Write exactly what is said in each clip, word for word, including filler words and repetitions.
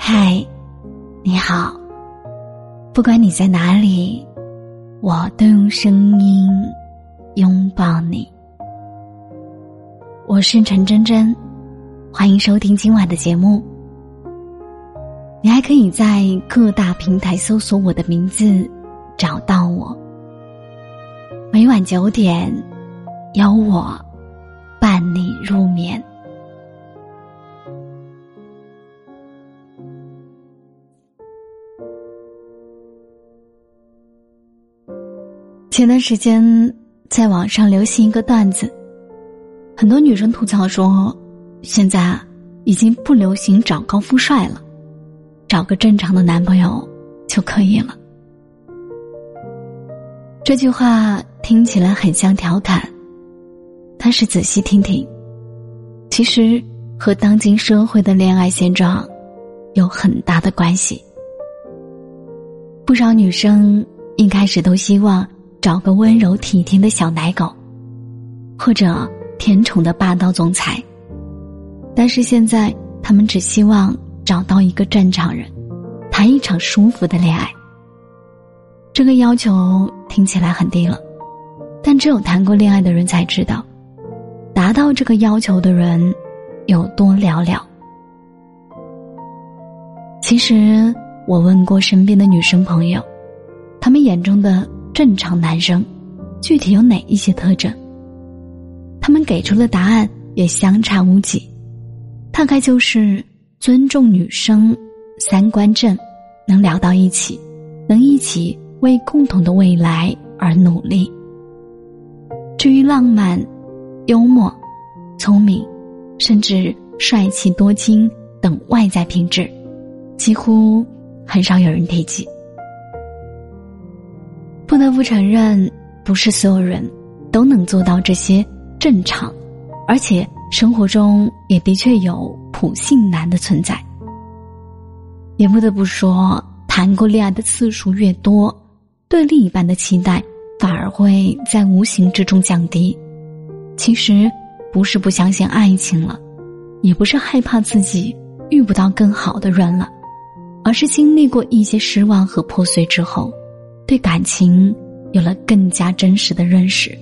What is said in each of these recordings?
嗨，你好，不管你在哪里，我都用声音拥抱你。我是陈真真，欢迎收听今晚的节目。你还可以在各大平台搜索我的名字，找到我。每晚九点，有我伴你入眠。前段时间在网上流行一个段子，很多女生吐槽说，现在已经不流行找高富帅了，找个正常的男朋友就可以了。这句话听起来很像调侃，但是仔细听听，其实和当今社会的恋爱现状有很大的关系。不少女生一开始都希望找个温柔体贴的小奶狗，或者甜宠的霸道总裁，但是现在她们只希望找到一个正常人，谈一场舒服的恋爱。这个要求听起来很低了，但只有谈过恋爱的人才知道，达到这个要求的人有多寥寥。其实我问过身边的女生朋友，她们眼中的正常男生具体有哪一些特征，他们给出的答案也相差无几，大概就是尊重女生，三观正，能聊到一起，能一起为共同的未来而努力。至于浪漫、幽默、聪明，甚至帅气多金等外在品质，几乎很少有人提及。不得不承认，不是所有人都能做到这些正常，而且生活中也的确有普信男的存在。也不得不说，谈过恋爱的次数越多，对另一半的期待反而会在无形之中降低。其实不是不相信爱情了，也不是害怕自己遇不到更好的人了，而是经历过一些失望和破碎之后，对感情有了更加真实的认识。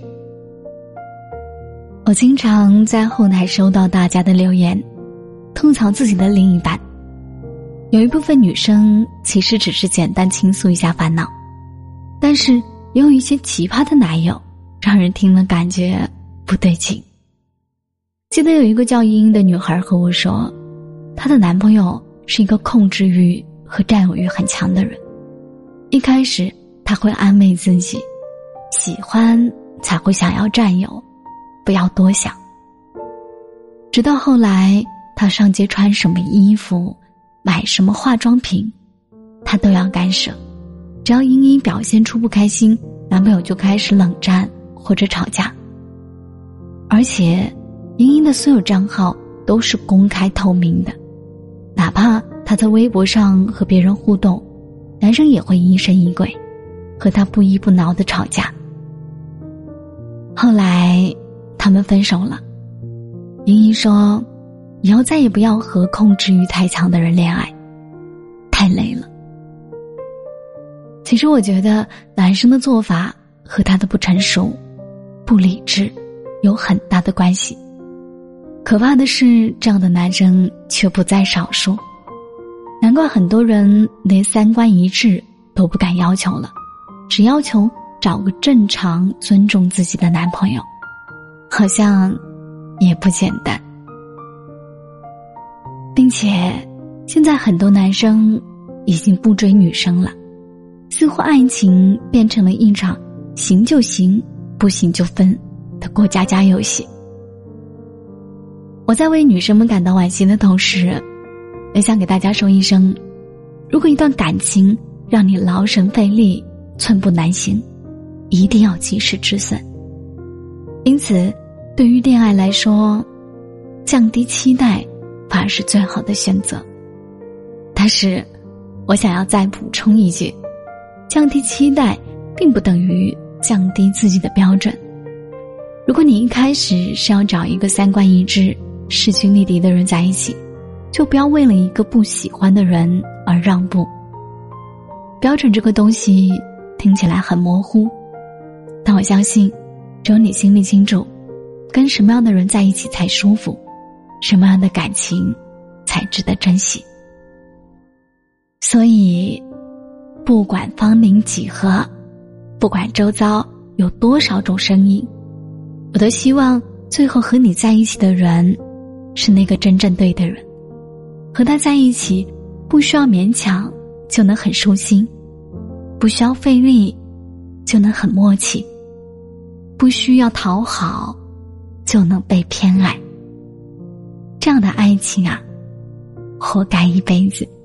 我经常在后台收到大家的留言，吐槽自己的另一半。有一部分女生其实只是简单倾诉一下烦恼，但是也有一些奇葩的男友，让人听了感觉不对劲。记得有一个叫茵茵的女孩和我说，她的男朋友是一个控制欲和占有欲很强的人。一开始他会安慰自己，喜欢才会想要占有，不要多想。直到后来，他上街穿什么衣服，买什么化妆品，他都要干涉。只要茵茵表现出不开心，男朋友就开始冷战或者吵架。而且茵茵的所有账号都是公开透明的，哪怕她在微博上和别人互动，男生也会疑神疑鬼，和他不依不挠的吵架。后来他们分手了，茵茵说，以后再也不要和控制欲太强的人恋爱，太累了。其实我觉得男生的做法和他的不成熟、不理智有很大的关系。可怕的是，这样的男生却不在少数，难怪很多人连三观一致都不敢要求了，只要求找个正常尊重自己的男朋友，好像也不简单。并且现在很多男生已经不追女生了，似乎爱情变成了一场行就行，不行就分的过家家游戏。我在为女生们感到惋惜的同时，也想给大家说一声，如果一段感情让你劳神费力，寸步难行，一定要及时止损。因此对于恋爱来说，降低期待反而是最好的选择。但是我想要再补充一句，降低期待并不等于降低自己的标准。如果你一开始是要找一个三观一致、势均力敌的人在一起， 就不要为了一个不喜欢的人而让步。标准这个东西听起来很模糊，但我相信只有你心里清楚，跟什么样的人在一起才舒服，什么样的感情才值得珍惜。所以不管芳龄几何，不管周遭有多少种声音，我都希望最后和你在一起的人是那个真正对的人。和他在一起不需要勉强就能很舒心，不需要费力就能很默契，不需要讨好就能被偏爱。这样的爱情啊，活该一辈子。